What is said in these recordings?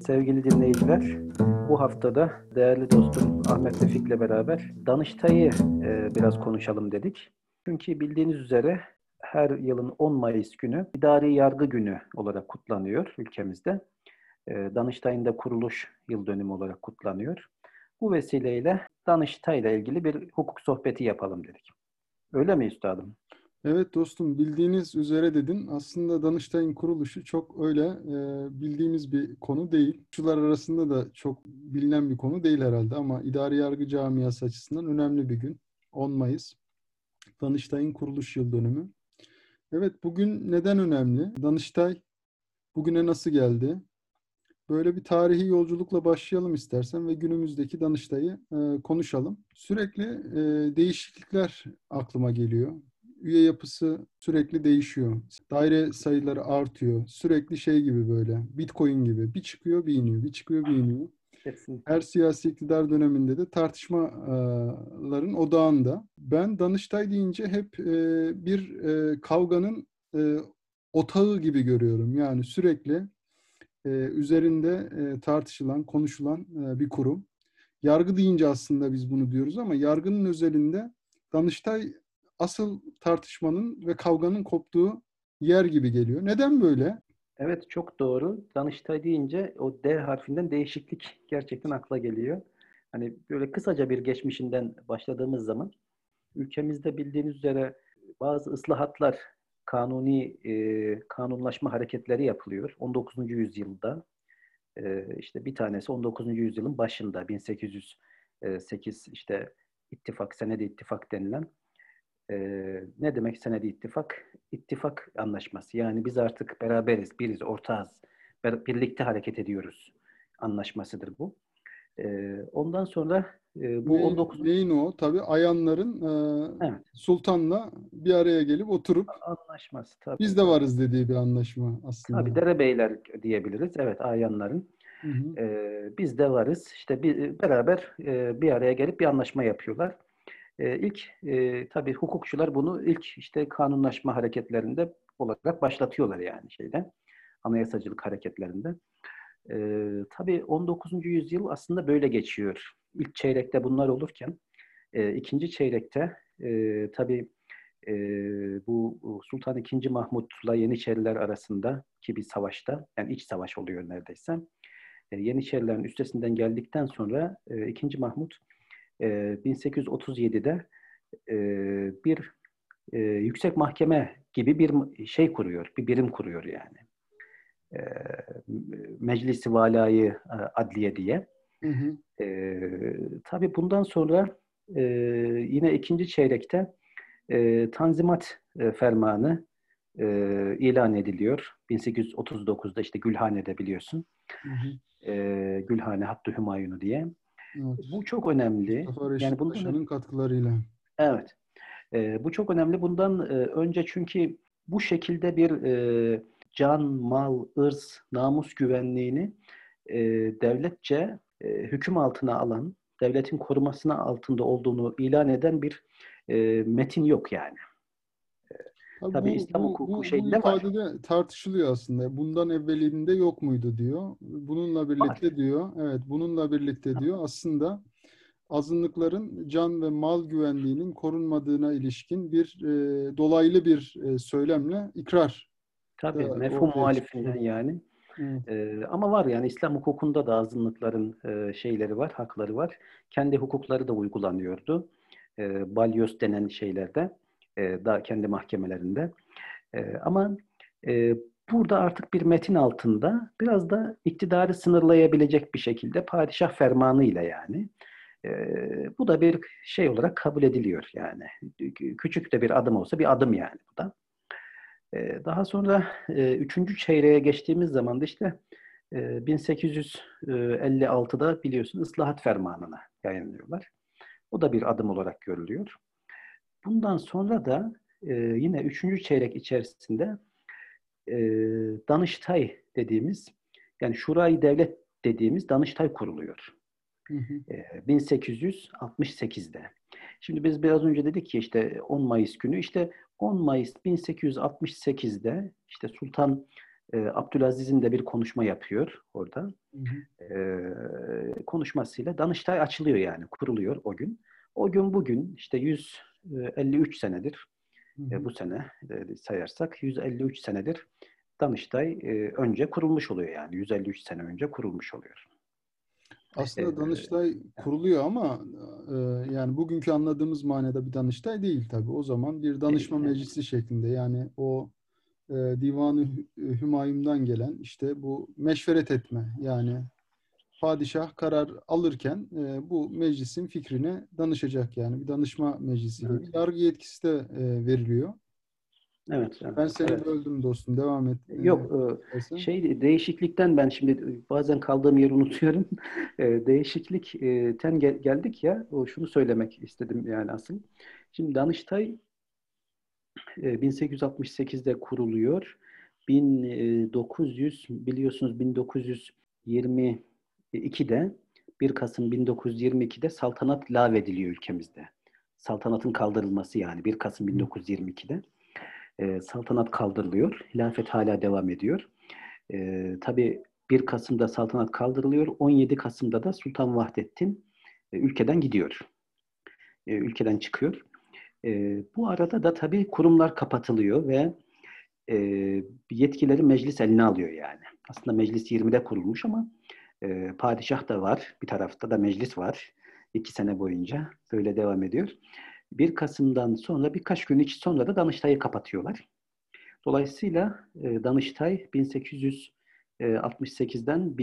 Sevgili dinleyiciler, bu haftada değerli dostum Ahmet Refik'le beraber Danıştay'ı biraz konuşalım dedik. Çünkü bildiğiniz üzere her yılın 10 Mayıs günü İdari Yargı Günü olarak kutlanıyor ülkemizde. Danıştay'ın da kuruluş yıl dönümü olarak kutlanıyor. Bu vesileyle Danıştay'la ilgili bir hukuk sohbeti yapalım dedik. Öyle mi üstadım? Evet dostum, bildiğiniz üzere dedin. Aslında Danıştay'ın kuruluşu çok öyle bildiğimiz bir konu değil. Hukukçular arasında da çok bilinen bir konu değil herhalde ama idari yargı camiası açısından önemli bir gün. 10 Mayıs, Danıştay'ın kuruluş yıl dönümü. Evet, bugün neden önemli? Danıştay bugüne nasıl geldi? Böyle bir tarihi yolculukla başlayalım istersen ve günümüzdeki Danıştay'ı konuşalım. Sürekli değişiklikler aklıma geliyor. Üye yapısı sürekli değişiyor. Daire sayıları artıyor. Sürekli şey gibi böyle, Bitcoin gibi. Bir çıkıyor, bir iniyor, bir çıkıyor, bir iniyor. Kesinlikle. Her siyasi iktidar döneminde de tartışmaların odağında. Ben Danıştay deyince hep bir kavganın e, otağı gibi görüyorum. Yani sürekli üzerinde tartışılan, konuşulan bir kurum. Yargı deyince aslında biz bunu diyoruz ama yargının özelinde Danıştay asıl tartışmanın ve kavganın koptuğu yer gibi geliyor. Neden böyle? Evet, çok doğru. Danıştay deyince o D harfinden değişiklik gerçekten akla geliyor. Hani böyle kısaca bir geçmişinden başladığımız zaman ülkemizde bildiğiniz üzere bazı ıslahatlar, kanunlaşma hareketleri yapılıyor. 19. yüzyılda işte bir tanesi 19. yüzyılın başında 1808 işte ittifak, senedi ittifak denilen ne demek senedi ittifak? İttifak anlaşması. Yani biz artık beraberiz, biriz, ortağız, birlikte hareket ediyoruz anlaşmasıdır bu. Ondan sonra bu 19. Neyin o? Tabii ayanların Evet, sultanla bir araya gelip oturup anlaşması tabii biz de tabii. varız dediği bir anlaşma Tabii aslında. derebeyler diyebiliriz. Evet, ayanların. Hı hı. Biz de varız. İşte beraber bir araya gelip bir anlaşma yapıyorlar. İlk tabii hukukçular bunu ilk işte kanunlaşma hareketlerinde olarak başlatıyorlar yani şeyde. Anayasacılık hareketlerinde. Tabii 19. yüzyıl aslında böyle geçiyor. İlk çeyrekte bunlar olurken ikinci çeyrekte tabii e, bu Sultan II. Mahmut'la Yeniçeriler arasındaki bir savaşta, yani iç savaş oluyor neredeyse. Yeniçerilerin üstesinden geldikten sonra II. Mahmut 1837'de bir yüksek mahkeme gibi bir şey kuruyor, bir birim kuruyor yani. E, Meclisi Valayı Adliye diye. Hı hı. Tabii bundan sonra yine ikinci çeyrekte Tanzimat Fermanı ilan ediliyor. 1839'da işte Gülhane'de biliyorsun. Hı hı. Gülhane Hattı Hümayunu diye. Evet. Bu çok önemli. Mustafa Yani Reşit bundan Paşa'nın katkılarıyla. evet. Bu çok önemli. Bundan önce çünkü bu şekilde bir can, mal, ırz, namus güvenliğini e, devletçe hüküm altına alan, devletin korumasına altında olduğunu ilan eden bir metin yok yani. Tabii Tabii bu İslam bu hukuku bu bu şeyinde var. ifadede tartışılıyor aslında. Bundan evvelinde yok muydu diyor. Bununla Var. birlikte diyor. Evet, bununla birlikte diyor. Aslında azınlıkların can ve mal güvenliğinin korunmadığına ilişkin bir dolaylı bir söylemle ikrar da Tabii mefhum ortaya muhalifinden çıkıyor. yani. Evet. Ama var yani İslam hukukunda da azınlıkların şeyleri var, hakları var. Kendi hukukları da uygulanıyordu. Balyoz denen şeylerde, da kendi mahkemelerinde. Ama e, burada artık bir metin altında biraz da iktidarı sınırlayabilecek bir şekilde padişah fermanıyla yani. Bu da bir şey olarak kabul ediliyor yani. Küçük de bir adım olsa bir adım yani bu da. Daha sonra üçüncü çeyreğe geçtiğimiz zaman da işte 1856'da biliyorsun ıslahat fermanını yayınlıyorlar. O da bir adım olarak görülüyor. Bundan sonra da yine üçüncü çeyrek içerisinde e, Danıştay dediğimiz, yani Şurayı Devlet dediğimiz Danıştay kuruluyor. Hı hı. 1868'de. Şimdi biz biraz önce dedik ki işte 10 Mayıs günü, işte 10 Mayıs 1868'de işte Sultan Abdülaziz'in de bir konuşma yapıyor orada. Hı hı. Konuşmasıyla Danıştay açılıyor yani, kuruluyor o gün. O gün bugün işte 153 senedir, Hı hı. bu sene sayarsak 153 senedir Danıştay önce kurulmuş oluyor yani. 153 sene önce kurulmuş oluyor. Aslında E, Danıştay kuruluyor ama yani bugünkü anladığımız manada bir Danıştay değil tabii. O zaman bir Değil. danışma Evet. meclisi şeklinde, yani o Divan-ı Hümayun'dan gelen işte bu meşveret etme, yani padişah karar alırken bu meclisin fikrine danışacak, yani bir danışma meclisi Evet. gibi. Yargı yetkisi de veriliyor. Evet. Ben seni Evet. böldüm dostum. Devam et Yok, istersen. değişiklikten ben şimdi bazen kaldığım yeri unutuyorum. Değişiklikten geldik ya, şunu söylemek istedim yani asıl. Şimdi Danıştay 1868'de kuruluyor. 1900 biliyorsunuz 1922'de 1 Kasım 1922'de saltanat lağvediliyor ülkemizde. Saltanatın kaldırılması yani 1 Kasım 1922'de saltanat kaldırılıyor. Hilafet hala devam ediyor. Tabii 1 Kasım'da saltanat kaldırılıyor. 17 Kasım'da da Sultan Vahdettin ülkeden gidiyor. Ülkeden çıkıyor. Bu arada da tabii kurumlar kapatılıyor ve e, yetkileri meclis eline alıyor yani. Aslında meclis 20'de kurulmuş ama padişah da var. Bir tarafta da meclis var. 2 sene boyunca böyle devam ediyor. 1 Kasım'dan sonra birkaç gün sonra da Danıştay'ı kapatıyorlar. Dolayısıyla Danıştay 1868'den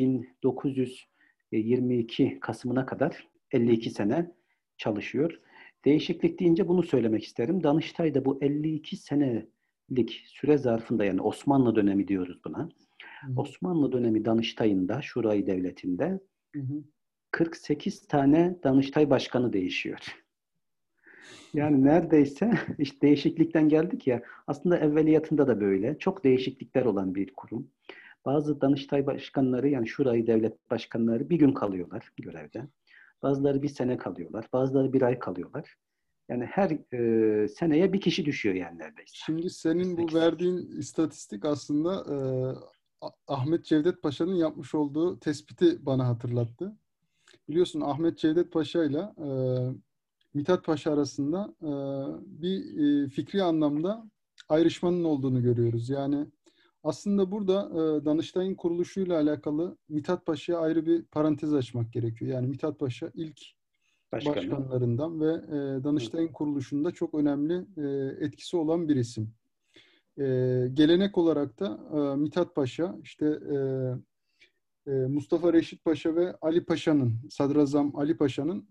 1922 Kasım'ına kadar 52 sene çalışıyor. Değişiklik deyince bunu söylemek isterim. Danıştay'da bu 52 senelik süre zarfında, yani Osmanlı dönemi diyoruz buna. Hı hı. Osmanlı dönemi Danıştay'ında, Şurayı Devleti'nde Hı hı. 48 tane Danıştay başkanı değişiyor. Yani neredeyse işte değişiklikten geldik ya, aslında evveliyatında da böyle çok değişiklikler olan bir kurum. Bazı Danıştay başkanları, yani Şurayı devlet başkanları bir gün kalıyorlar görevde. Bazıları 1 sene kalıyorlar. Bazıları 1 ay kalıyorlar. Yani her seneye bir kişi düşüyor yani neredeyse. Şimdi senin bu 48. verdiğin istatistik aslında Ahmet Cevdet Paşa'nın yapmış olduğu tespiti bana hatırlattı. Biliyorsun Ahmet Cevdet Paşa ile Mithat Paşa arasında bir fikri anlamda ayrışmanın olduğunu görüyoruz. Yani aslında burada Danıştay'ın kuruluşuyla alakalı Mithat Paşa'ya ayrı bir parantez açmak gerekiyor. Yani Mithat Paşa ilk Başkanı. başkanlarından ve Hı. Danıştay'ın kuruluşunda çok önemli etkisi olan bir isim. E, Gelenek olarak da Mithat Paşa, işte Mustafa Reşit Paşa ve Ali Paşa'nın, Sadrazam Ali Paşa'nın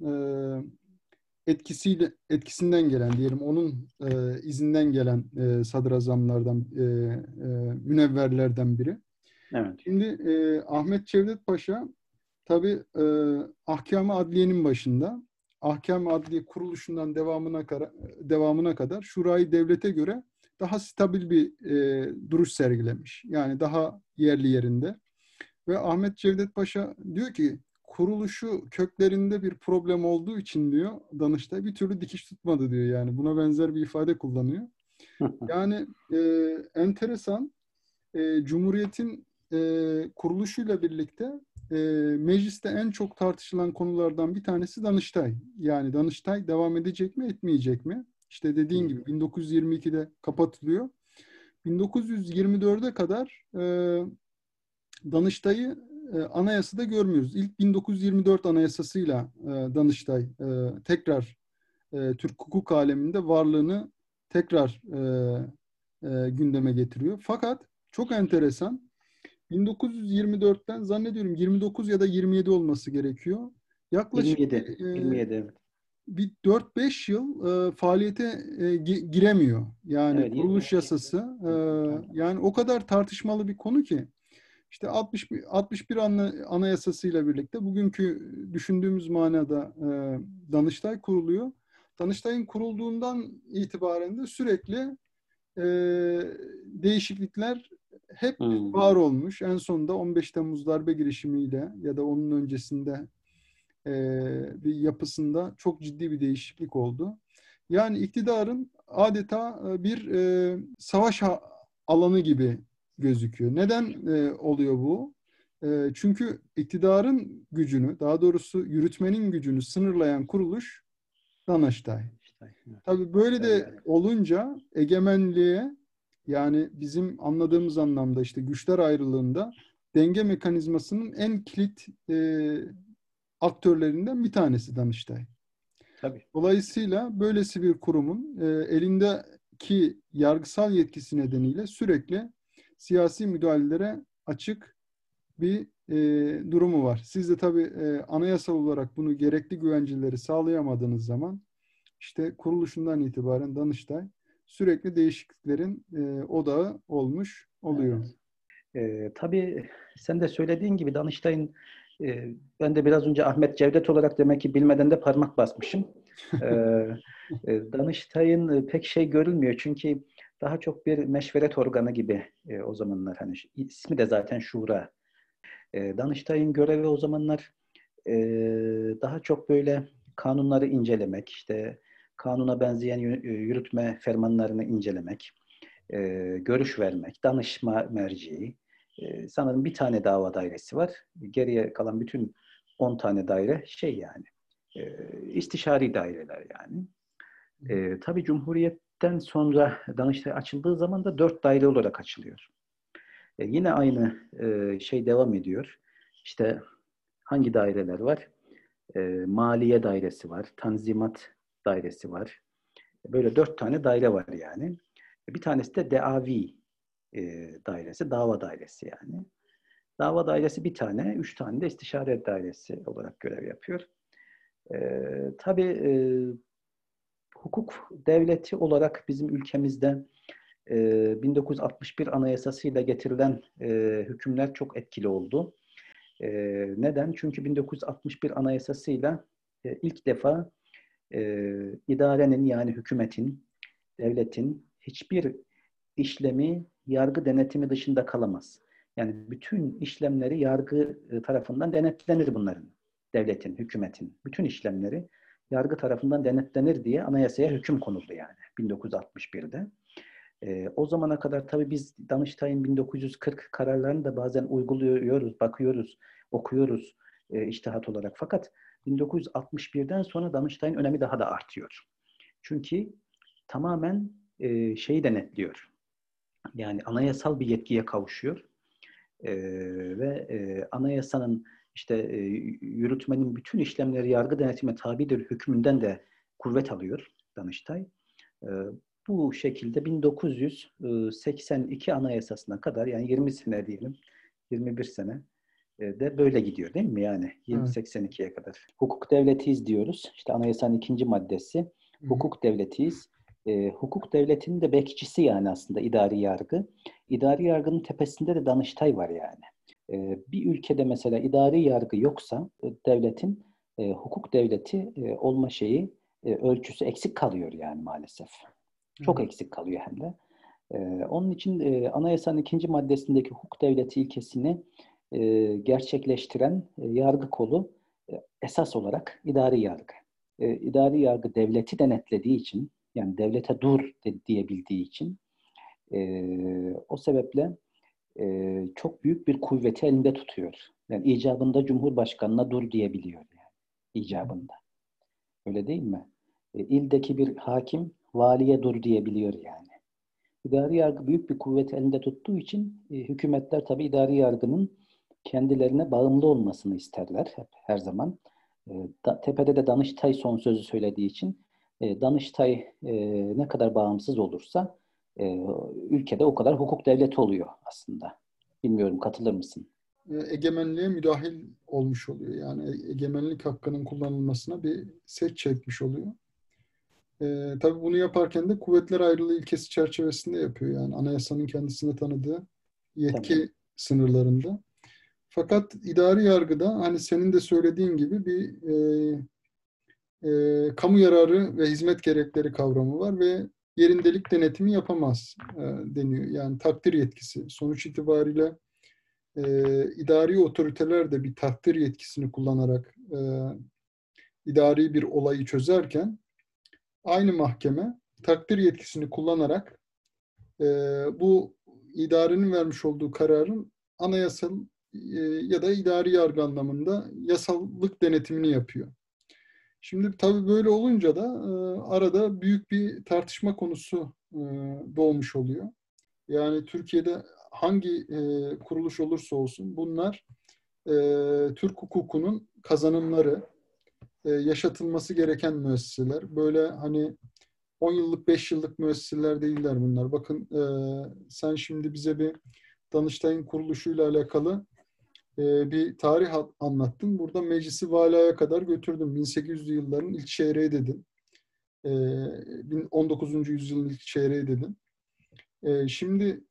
etkisinden gelen, diyelim onun izinden gelen sadrazamlardan, münevverlerden biri. Evet. Şimdi Ahmet Cevdet Paşa tabii Ahkam-ı Adliye'nin başında. Ahkam-ı Adliye kuruluşundan devamına kadar Şurayı Devlet'e göre daha stabil bir duruş sergilemiş. Yani daha yerli yerinde. Ve Ahmet Cevdet Paşa diyor ki kuruluşu köklerinde bir problem olduğu için diyor Danıştay bir türlü dikiş tutmadı diyor, yani buna benzer bir ifade kullanıyor. Yani enteresan, Cumhuriyet'in kuruluşuyla birlikte e, mecliste en çok tartışılan konulardan bir tanesi Danıştay. Yani Danıştay devam edecek mi, etmeyecek mi? İşte dediğin gibi 1922'de kapatılıyor. 1924'e kadar Danıştay'ı anayasada görmüyoruz. İlk 1924 anayasasıyla Danıştay tekrar Türk hukuk aleminde varlığını tekrar gündeme getiriyor. Fakat çok enteresan, 1924'ten zannediyorum 29 ya da 27 olması gerekiyor. Yaklaşık 27. 27, evet. bir 4-5 yıl faaliyete giremiyor. Yani Evet, kuruluş yasası evet. yani o kadar tartışmalı bir konu ki. İşte 61 Anayasası'yla birlikte bugünkü düşündüğümüz manada Danıştay kuruluyor. Danıştay'ın kurulduğundan itibaren de sürekli e, değişiklikler hep Hmm. var olmuş. En sonunda 15 Temmuz darbe girişimiyle ya da onun öncesinde e, bir yapısında çok ciddi bir değişiklik oldu. Yani iktidarın adeta bir savaş alanı gibi gözüküyor. Neden oluyor bu? Çünkü iktidarın gücünü, daha doğrusu yürütmenin gücünü sınırlayan kuruluş Danıştay. İşte, Tabii böyle de yani. olunca egemenliğe, yani bizim anladığımız anlamda işte güçler ayrılığında denge mekanizmasının en kilit aktörlerinden bir tanesi Danıştay. Tabii. Dolayısıyla böylesi bir kurumun elindeki yargısal yetkisi nedeniyle sürekli siyasi müdahalelere açık bir durumu var. Siz de tabii anayasal olarak bunu gerekli güvenceleri sağlayamadığınız zaman işte kuruluşundan itibaren Danıştay sürekli değişikliklerin odağı olmuş oluyor. Evet. Tabii sen de söylediğin gibi Danıştay'ın ben de biraz önce Ahmet Cevdet olarak demek ki bilmeden de parmak basmışım. Ee, Danıştay'ın pek şey görülmüyor çünkü daha çok bir meşveret organı gibi o zamanlar hani ismi de zaten şura. Danıştay'ın görevi o zamanlar e, daha çok böyle kanunları incelemek, işte kanuna benzeyen yürütme fermanlarını incelemek, görüş vermek, danışma merciği. Sanırım bir tane dava dairesi var. Geriye kalan bütün 10 tane daire şey yani istişari daireler yani. Tabii Cumhuriyet'ten sonra Danıştay açıldığı zaman da 4 daire olarak açılıyor. Yine aynı şey devam ediyor. İşte hangi daireler var? Maliye dairesi var, Tanzimat dairesi var. Böyle 4 tane daire var yani. Bir tanesi de Deavi dairesi, dava dairesi yani. Dava dairesi bir tane, 3 tane de istişare dairesi olarak görev yapıyor. Tabii hukuk devleti olarak bizim ülkemizde 1961 Anayasası'yla getirilen hükümler çok etkili oldu. Neden? Çünkü 1961 Anayasası'yla ilk defa idarenin yani hükümetin, devletin hiçbir işlemi yargı denetimi dışında kalamaz. Yani bütün işlemleri yargı tarafından denetlenir bunların. Devletin, hükümetin bütün işlemleri yargı tarafından denetlenir diye anayasaya hüküm konuldu yani 1961'de. O zamana kadar tabii biz Danıştay'ın 1940 kararlarını da bazen uyguluyoruz, bakıyoruz, okuyoruz içtihat olarak. Fakat 1961'den sonra Danıştay'ın önemi daha da artıyor. Çünkü tamamen şeyi denetliyor. Yani anayasal bir yetkiye kavuşuyor. Ve anayasanın işte yürütmenin bütün işlemleri yargı denetime tabidir hükmünden de kuvvet alıyor Danıştay. E, Bu şekilde 1982 Anayasası'na kadar yani 20 sene diyelim, 21 sene de böyle gidiyor değil mi? Yani Evet. 82'ye kadar. Hukuk devletiyiz diyoruz. İşte anayasanın ikinci maddesi. Hı-hı. Hukuk devletiyiz. Hukuk devletinin de bekçisi yani aslında idari yargı. İdari yargının tepesinde de Danıştay var yani. Bir ülkede mesela idari yargı yoksa devletin hukuk devleti olma şeyi ölçüsü eksik kalıyor yani maalesef. Çok Evet. eksik kalıyor hem de. Onun için anayasanın ikinci maddesindeki hukuk devleti ilkesini gerçekleştiren yargı kolu esas olarak idari yargı. İdari yargı devleti denetlediği için yani devlete dur diyebildiği için o sebeple çok büyük bir kuvveti elinde tutuyor. Yani icabında Cumhurbaşkanı'na dur diyebiliyor yani icabında. Öyle değil mi? İldeki bir hakim valiye dur diyebiliyor yani. İdari yargı büyük bir kuvveti elinde tuttuğu için hükümetler tabii idari yargının kendilerine bağımlı olmasını isterler hep her zaman. Tepede de Danıştay son sözü söylediği için Danıştay ne kadar bağımsız olursa ülkede o kadar hukuk devleti oluyor aslında. Bilmiyorum katılır mısın? Egemenliğe müdahil olmuş oluyor. Yani egemenlik hakkının kullanılmasına bir set çekmiş oluyor. Tabii bunu yaparken de kuvvetler ayrılığı ilkesi çerçevesinde yapıyor. Yani anayasanın kendisine tanıdığı Tabii. yetki sınırlarında. Fakat idari yargıda hani senin de söylediğin gibi bir kamu yararı ve hizmet gerekleri kavramı var ve yerindelik denetimi yapamaz deniyor. Yani takdir yetkisi. Sonuç itibariyle idari otoriteler de bir takdir yetkisini kullanarak idari bir olayı çözerken aynı mahkeme takdir yetkisini kullanarak bu idarenin vermiş olduğu kararın anayasal ya da idari yargı anlamında yasallık denetimini yapıyor. Şimdi tabii böyle olunca da arada büyük bir tartışma konusu doğmuş oluyor. Yani Türkiye'de hangi kuruluş olursa olsun bunlar Türk hukukunun kazanımları, yaşatılması gereken müesseseler. Böyle hani 10 yıllık, 5 yıllık müesseseler değiller bunlar. Bakın sen şimdi bize bir Danıştay'ın kuruluşuyla alakalı bir tarih anlattın. Burada meclisi valaya kadar götürdün. 1800'lü yılların ilk çeyreği dedin. 19. yüzyılın ilk çeyreği dedin. Şimdi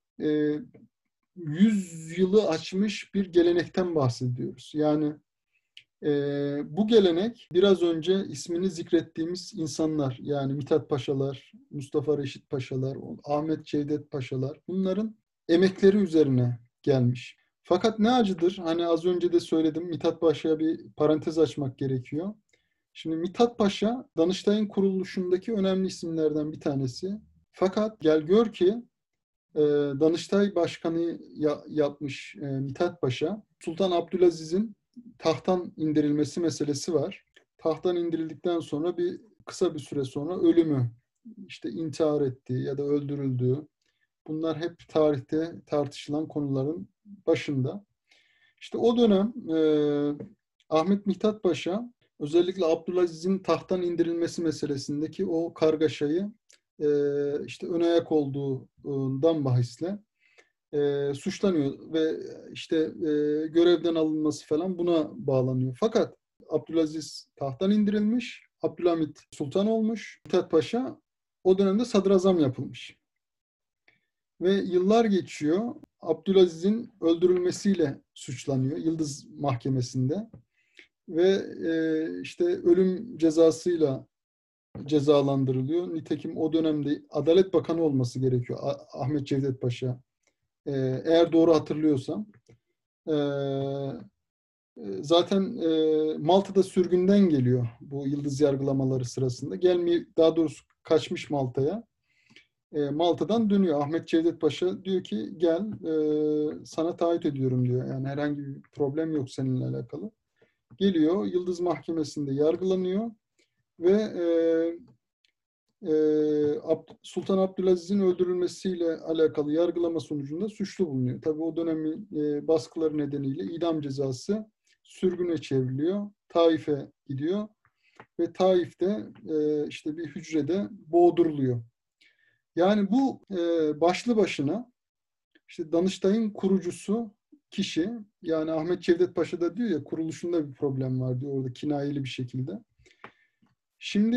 100 yılı açmış bir gelenekten bahsediyoruz. Yani bu gelenek biraz önce ismini zikrettiğimiz insanlar, yani Mithat Paşalar, Mustafa Reşit Paşalar, Ahmet Cevdet Paşalar, bunların emekleri üzerine gelmiş. Fakat ne acıdır, hani az önce de söyledim, Mithat Paşa'ya bir parantez açmak gerekiyor. Şimdi Mithat Paşa, Danıştay'ın kuruluşundaki önemli isimlerden bir tanesi. Fakat gel gör ki Danıştay Başkanı yapmış Mithat Paşa, Sultan Abdülaziz'in tahttan indirilmesi meselesi var. Tahttan indirildikten sonra kısa bir süre sonra ölümü, işte intihar ettiği ya da öldürüldüğü, bunlar hep tarihte tartışılan konuların başında. İşte o dönem Ahmet Mithat Paşa özellikle Abdülaziz'in tahttan indirilmesi meselesindeki o kargaşayı işte ön ayak olduğundan bahisle suçlanıyor ve işte görevden alınması falan buna bağlanıyor. Fakat Abdülaziz tahttan indirilmiş, Abdülhamit Sultan olmuş, Mithat Paşa o dönemde sadrazam yapılmış. Ve yıllar geçiyor, Abdülaziz'in öldürülmesiyle suçlanıyor Yıldız Mahkemesi'nde ve işte ölüm cezasıyla cezalandırılıyor. Nitekim o dönemde Adalet Bakanı olması gerekiyor Ahmet Cevdet Paşa. Eğer doğru hatırlıyorsam. Zaten Malta'da sürgünden geliyor bu Yıldız yargılamaları sırasında. Daha doğrusu kaçmış Malta'ya. Malta'dan dönüyor. Ahmet Cevdet Paşa diyor ki gel sana taahhüt ediyorum diyor. Yani herhangi bir problem yok seninle alakalı. Geliyor Yıldız Mahkemesi'nde yargılanıyor ve Sultan Abdülaziz'in öldürülmesiyle alakalı yargılama sonucunda suçlu bulunuyor. Tabii o dönemin baskıları nedeniyle idam cezası sürgüne çevriliyor. Taif'e gidiyor ve Taif'te işte bir hücrede boğduruluyor. Yani bu başlı başına işte Danıştay'ın kurucusu kişi, yani Ahmet Cevdet Paşa da diyor ya kuruluşunda bir problem var diyor orada kinayeli bir şekilde. Şimdi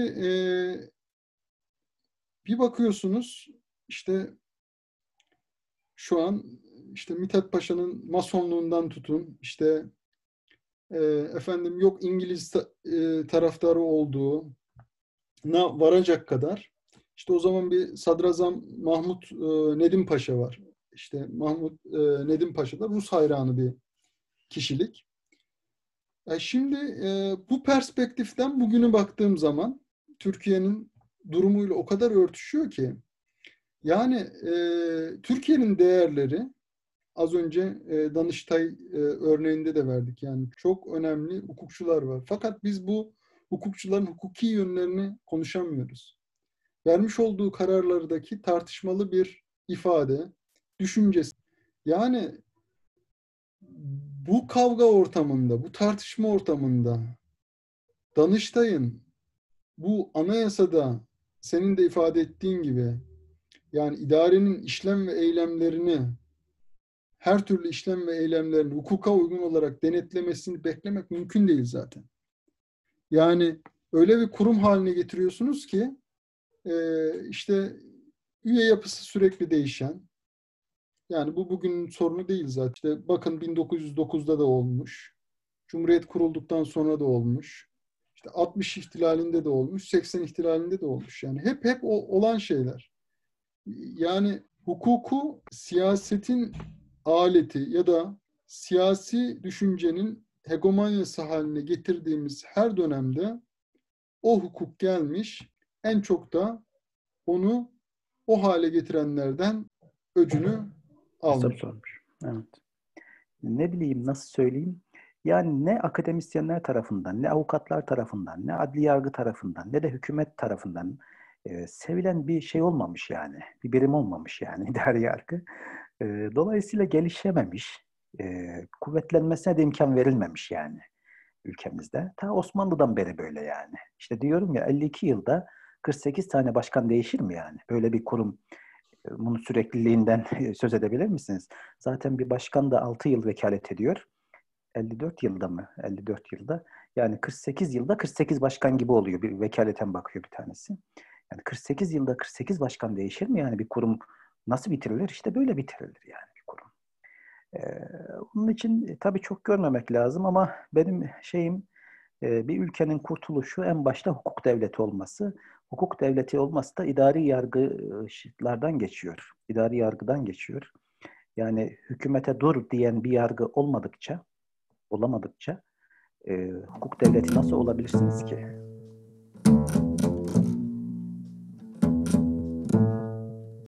bir bakıyorsunuz işte şu an işte Mithat Paşa'nın masonluğundan tutun işte efendim yok İngiliz taraftarı olduğuna varacak kadar işte o zaman bir sadrazam Mahmut Nedim Paşa var. İşte Mahmut Nedim Paşa da Rus hayranı bir kişilik. Şimdi bu perspektiften bugünü baktığım zaman Türkiye'nin durumuyla o kadar örtüşüyor ki yani Türkiye'nin değerleri az önce Danıştay örneğinde de verdik. Yani çok önemli hukukçular var. Fakat biz bu hukukçuların hukuki yönlerini konuşamıyoruz. Vermiş olduğu kararlardaki tartışmalı bir ifade, düşüncesi. Yani bu kavga ortamında, bu tartışma ortamında Danıştay'ın bu anayasada senin de ifade ettiğin gibi yani idarenin işlem ve eylemlerini her türlü işlem ve eylemlerini hukuka uygun olarak denetlemesini beklemek mümkün değil zaten. Yani öyle bir kurum haline getiriyorsunuz ki işte üye yapısı sürekli değişen, yani bu bugünün sorunu değil zaten. İşte bakın 1909'da da olmuş, Cumhuriyet kurulduktan sonra da olmuş, işte 60 ihtilalinde de olmuş, 80 ihtilalinde de olmuş. Yani hep olan şeyler. Yani hukuku siyasetin aleti ya da siyasi düşüncenin hegemonyası haline getirdiğimiz her dönemde o hukuk gelmiş, en çok da onu o hale getirenlerden öcünü hesap almış. sormuş. Evet. Ne bileyim, nasıl söyleyeyim? Yani ne akademisyenler tarafından, ne avukatlar tarafından, ne adli yargı tarafından, ne de hükümet tarafından sevilen bir şey olmamış yani. Bir birim olmamış yani idari yargı. Dolayısıyla gelişememiş, kuvvetlenmesine de imkan verilmemiş yani ülkemizde. Ta Osmanlı'dan beri böyle yani. İşte diyorum ya, 52 yılda 48 tane başkan değişir mi yani? Böyle bir kurum, bunun sürekliliğinden söz edebilir misiniz? Zaten bir başkan da 6 yıl vekalet ediyor. 54 yılda mı? 54 yılda. Yani 48 yılda 48 başkan gibi oluyor. Bir vekaleten bakıyor bir tanesi. Yani 48 yılda 48 başkan değişir mi? Yani bir kurum nasıl bitirilir? İşte böyle bitirilir yani bir kurum. Onun için tabii çok görmemek lazım ama benim şeyim, bir ülkenin kurtuluşu en başta hukuk devleti olması. Hukuk devleti olması da idari yargılardan geçiyor. İdari yargıdan geçiyor. Yani hükümete dur diyen bir yargı olamadıkça hukuk devleti nasıl olabilirsiniz ki?